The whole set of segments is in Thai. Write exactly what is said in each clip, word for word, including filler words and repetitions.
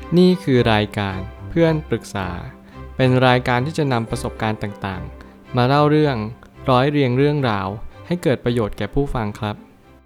นี่คือรายการเพื่อนปรึกษาเป็นรายการที่จะนำประสบการณ์ต่างๆมาเล่าเรื่องร้อยเรียงเรื่องราวให้เกิดประโยชน์แก่ผู้ฟังครับ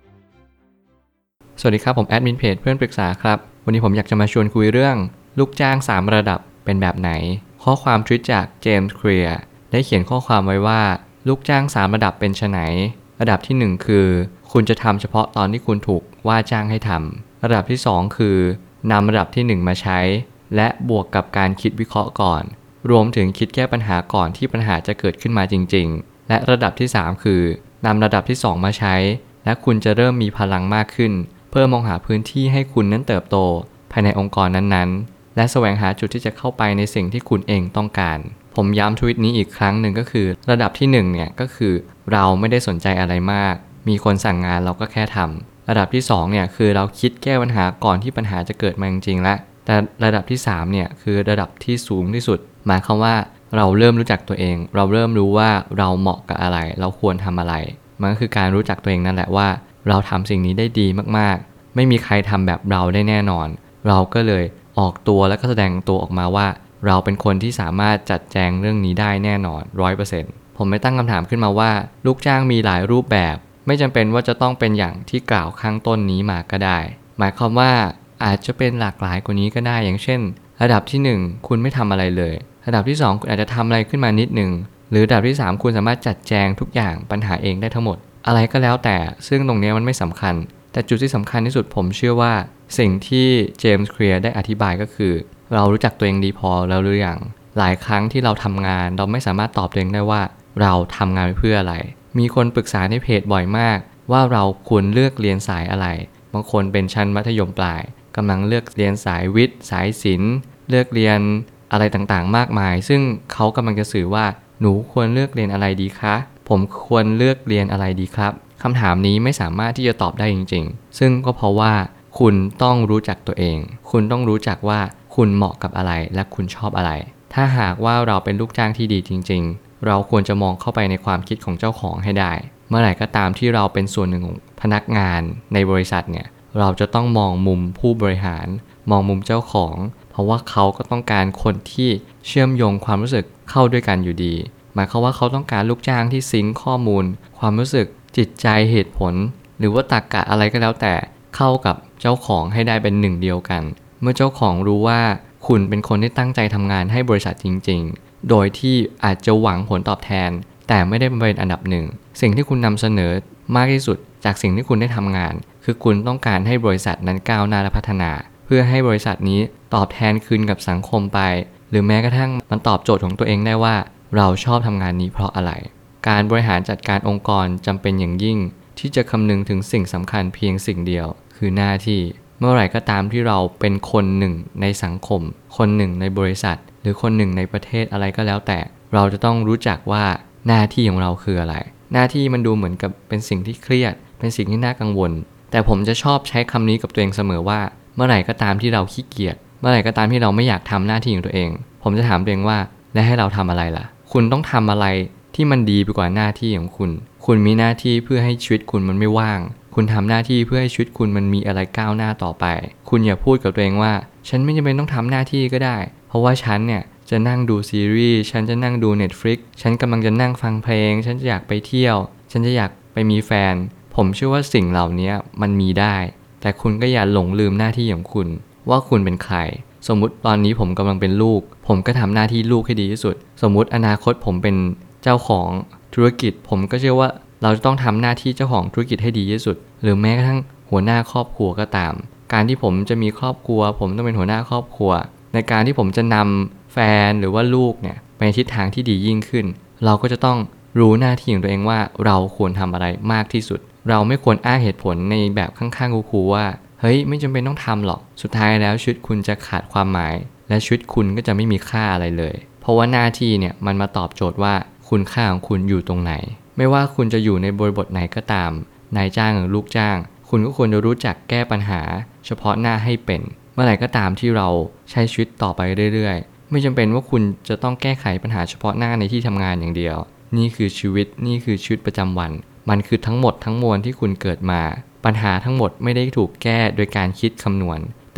สวัสดีครับผมแอดมินเพจเพื่อนปรึกษาครับวันนี้ผมอยากจะมาชวนคุยเรื่องลูกจ้างสามระดับเป็นแบบไหนข้อความทวิตจากเจมส์เคลียร์ได้เขียนข้อความไว้ว่าลูกจ้างสามระดับเป็นไฉนระดับที่หนึ่งคือคุณจะทำเฉพาะตอนที่คุณถูกว่าจ้างให้ทำระดับที่สองคือนำระดับที่หนึ่งมาใช้และบวกกับการคิดวิเคราะห์ก่อนรวมถึงคิดแก้ปัญหาก่อนที่ปัญหาจะเกิดขึ้นมาจริงๆและระดับที่สามคือนำระดับที่สองมาใช้และคุณจะเริ่มมีพลังมากขึ้นเพื่อมองหาพื้นที่ให้คุณนั้นเติบโตภายในองค์กรนั้นๆและแสวงหาจุดที่จะเข้าไปในสิ่งที่คุณเองต้องการผมย้ำทวิตนี้อีกครั้งหนึ่งก็คือระดับที่หนึ่งเนี่ยก็คือเราไม่ได้สนใจอะไรมากมีคนสั่งงานเราก็แค่ทำระดับที่สองเนี่ยคือเราคิดแก้ปัญหาก่อนที่ปัญหาจะเกิดมาจริงๆและแต่ระดับที่สามเนี่ยคือระดับที่สูงที่สุดหมายความว่าเราเริ่มรู้จักตัวเองเราเริ่มรู้ว่าเราเหมาะกับอะไรเราควรทำอะไรมันก็คือการรู้จักตัวเองนั่นแหละว่าเราทำสิ่งนี้ได้ดีมากๆไม่มีใครทำแบบเราได้แน่นอนเราก็เลยออกตัวและก็แสดงตัวออกมาว่าเราเป็นคนที่สามารถจัดแจงเรื่องนี้ได้แน่นอน ร้อยเปอร์เซ็นต์ ผมไม่ตั้งคำถามขึ้นมาว่าลูกจ้างมีหลายรูปแบบไม่จำเป็นว่าจะต้องเป็นอย่างที่กล่าวข้างต้นนี้มาก็ได้หมายความว่าอาจจะเป็นหลากหลายกว่านี้ก็ได้อย่างเช่นระดับที่หนึ่งคุณไม่ทำอะไรเลยระดับที่สองคุณอาจจะทำอะไรขึ้นมานิดนึงหรือระดับที่สามคุณสามารถจัดแจงทุกอย่างปัญหาเองได้ทั้งหมดอะไรก็แล้วแต่ซึ่งตรงนี้มันไม่สำคัญแต่จุดที่สำคัญที่สุดผมเชื่อว่าสิ่งที่เจมส์เคลียร์ได้อธิบายก็คือเรารู้จักตัวเองดีพอแล้วหรือยังหลายครั้งที่เราทำงานเราไม่สามารถตอบตัวเองได้ว่าเราทำงานไปเพื่ออะไรมีคนปรึกษาในเพจบ่อยมากว่าเราควรเลือกเรียนสายอะไรบางคนเป็นชั้นมัธยมปลายกำลังเลือกเรียนสายวิทย์สายศิลป์เลือกเรียนอะไรต่างๆมากมายซึ่งเขากำลังจะสื่อว่าหนูควรเลือกเรียนอะไรดีคะผมควรเลือกเรียนอะไรดีครับคำถามนี้ไม่สามารถที่จะตอบได้จริงๆซึ่งก็เพราะว่าคุณต้องรู้จักตัวเองคุณต้องรู้จักว่าคุณเหมาะกับอะไรและคุณชอบอะไรถ้าหากว่าเราเป็นลูกจ้างที่ดีจริงๆเราควรจะมองเข้าไปในความคิดของเจ้าของให้ได้เมื่อไหร่ก็ตามที่เราเป็นส่วนหนึ่งของพนักงานในบริษัทเนี่ยเราจะต้องมองมุมผู้บริหารมองมุมเจ้าของเพราะว่าเขาก็ต้องการคนที่เชื่อมโยงความรู้สึกเข้าด้วยกันอยู่ดีหมายความว่าเขาต้องการลูกจ้างที่ซิงค์ข้อมูลความรู้สึกจิตใจเหตุผลหรือว่าตรรกะอะไรก็แล้วแต่เข้ากับเจ้าของให้ได้เป็นหนึ่งเดียวกันเมื่อเจ้าของรู้ว่าคุณเป็นคนที่ตั้งใจทำงานให้บริษัทจริงๆโดยที่อาจจะหวังผลตอบแทนแต่ไม่ได้เป็นอันดับหนึ่งสิ่งที่คุณนำเสนอมากที่สุดจากสิ่งที่คุณได้ทำงานคือคุณต้องการให้บริษัทนั้นก้าวหน้าและพัฒนาเพื่อให้บริษัทนี้ตอบแทนคืนกับสังคมไปหรือแม้กระทั่งมันตอบโจทย์ของตัวเองได้ว่าเราชอบทำงานนี้เพราะอะไรการบริหารจัดการองค์กรจำเป็นอย่างยิ่งที่จะคำนึงถึงสิ่งสำคัญเพียงสิ่งเดียวคือหน้าที่เมื่อไหร่ก็ตามที่เราเป็นคนหนึ่งในสังคมคนหนึ่งในบริษัทหรือคนหนึ่งในประเทศอะไรก็แล้วแต่เราจะต้องรู้จักว่าหน้าที่ของเราคืออะไรหน้าที่มันดูเหมือนกับเป็นสิ่งที่เครียดเป็นสิ่งที่น่ากังวลแต่ผมจะชอบใช้คำนี้กับตัวเองเสมอว่าเมื่อไหร่ก็ตามที่เราขี้เกียจเมื่อไหร่ก็ตามที่เราไม่อยากทำหน้าที่ของตัวเองผมจะถามตัวเองว่าและให้เราทำอะไรล่ะคุณต้องทำอะไรที่มันดีไปกว่าหน้าที่ของคุณคุณมีหน้าที่เพื่อให้ชีวิตคุณมันไม่ว่างคุณทำหน้าที่เพื่อให้ชีวิตคุณมันมีอะไรก้าวหน้าต่อไปคุณอย่าพูดกับตัวเองว่าฉันไม่จำเป็นต้องทำหน้าที่ก็ได้เพราะว่าฉันเนี่ยจะนั่งดูซีรีส์ฉันจะนั่งดู Netflix ฉันกำลังจะนั่งฟังเพลงฉันจะอยากไปเที่ยวฉันจะอยากไปมีแฟนผมเชื่อว่าสิ่งเหล่านี้มันมีได้แต่คุณก็อย่าหลงลืมหน้าที่ของคุณว่าคุณเป็นใครสมมุติตอนนี้ผมกำลังเป็นลูกผมก็ทำหน้าที่ลูกให้ดีที่สุดสมมุติอนาคตผมเป็นเจ้าของธุรกิจผมก็เชื่อว่าเราจะต้องทำหน้าที่เจ้าของธุรกิจให้ดีที่สุดหรือแม้กระทั่งหัวหน้าครอบครัวก็ตามการที่ผมจะมีครอบครัวผมต้องเป็นหัวหน้าครอบครัวในการที่ผมจะนำแฟนหรือว่าลูกเนี่ยไปในทิศทางที่ดียิ่งขึ้นเราก็จะต้องรู้หน้าที่ของตัวเองว่าเราควรทำอะไรมากที่สุดเราไม่ควรอ้างเหตุผลในแบบข้างๆคูๆว่าเฮ้ยไม่จำเป็นต้องทำหรอกสุดท้ายแล้วชีวิตคุณจะขาดความหมายและชีวิตคุณก็จะไม่มีค่าอะไรเลยเพราะว่าหน้าที่เนี่ยมันมาตอบโจทย์ว่าคุณค่าของคุณอยู่ตรงไหนไม่ว่าคุณจะอยู่ในบริบทไหนก็ตามนายจ้างหรือลูกจ้างคุณก็ควรจะรู้จักแก้ปัญหาเฉพาะหน้าให้เป็นเมื่อไหร่ก็ตามที่เราใช้ชีวิตต่อไปเรื่อยๆไม่จำเป็นว่าคุณจะต้องแก้ไขปัญหาเฉพาะหน้าในที่ทำงานอย่างเดียวนี่คือชีวิตนี่คือชีวิตประจำวันมันคือทั้งหมดทั้งมวลที่คุณเกิดมาปัญหาทั้งหมดไม่ได้ถูกแก้โดยการคิดคำนวณแต่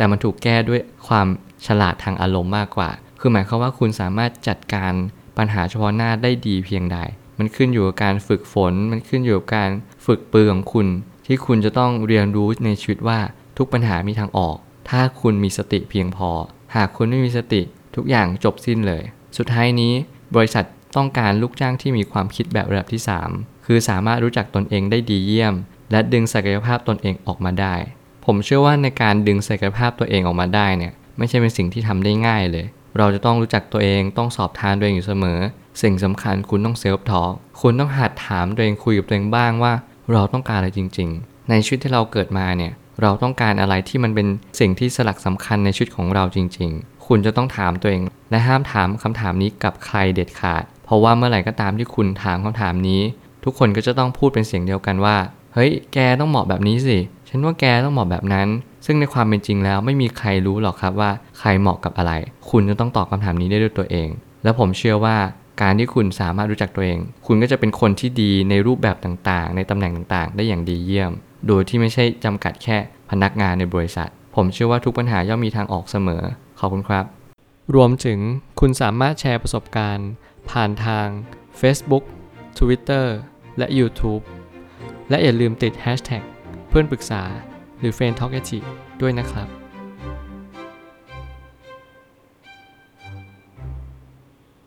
แต่มันถูกแก้ด้วยความฉลาดทางอารมณ์มากกว่าคือหมายความว่าคุณสามารถจัดการปัญหาเฉพาะหน้าได้ดีเพียงใดมันขึ้นอยู่กับการฝึกฝนมันขึ้นอยู่กับการฝึกปรือของคุณที่คุณจะต้องเรียนรู้ในชีวิตว่าทุกปัญหามีทางออกถ้าคุณมีสติเพียงพอหากคุณไม่มีสติทุกอย่างจบสิ้นเลยสุดท้ายนี้บริษัทต้องการลูกจ้างที่มีความคิดแบบระดับที่สามคือสามารถรู้จักตนเองได้ดีเยี่ยมและดึงศักยภาพตนเองออกมาได้ผมเชื่อว่าในการดึงศักยภาพตัวเองออกมาได้เนี่ยไม่ใช่เป็นสิ่งที่ทำได้ง่ายเลยเราจะต้องรู้จักตัวเองต้องสอบทานตัวเองอยู่เสมอสิ่งสำคัญคุณต้องเซลฟ์ทอล์กคุณต้องหัดถามตัวเองคุยกับตัวเองบ้างว่าเราต้องการอะไรจริงๆในชีวิตที่เราเกิดมาเนี่ยเราต้องการอะไรที่มันเป็นสิ่งที่สลักสำคัญในชีวิตของเราจริงๆคุณจะต้องถามตัวเองและห้ามถามคำถามนี้กับใครเด็ดขาดเพราะว่าเมื่อไหร่ก็ตามที่คุณถามคำถามนี้ทุกคนก็จะต้องพูดเป็นเสียงเดียวกันว่าเฮ้ยแกต้องเหมาะแบบนี้สิฉันว่าแกต้องเหมาะแบบนั้นซึ่งในความเป็นจริงแล้วไม่มีใครรู้หรอกครับว่าใครเหมาะกับอะไรคุณจะต้องตอบคำถามนี้ได้ด้วยตัวเองและผมเชื่อว่าการที่คุณสามารถรู้จักตัวเองคุณก็จะเป็นคนที่ดีในรูปแบบต่างๆในตำแหน่งต่างๆได้อย่างดีเยี่ยมโดยที่ไม่ใช่จำกัดแค่พนักงานในบริษัทผมเชื่อว่าทุกปัญหาย่อมมีทางออกเสมอขอบคุณครับรวมถึงคุณสามารถแชร์ประสบการณ์ผ่านทาง Facebook Twitter และ YouTube และอย่าลืมติด แฮชแท็ก เพื่อนปรึกษาหรือ เฟรนด์ ทอล์ก ด้วยนะครับ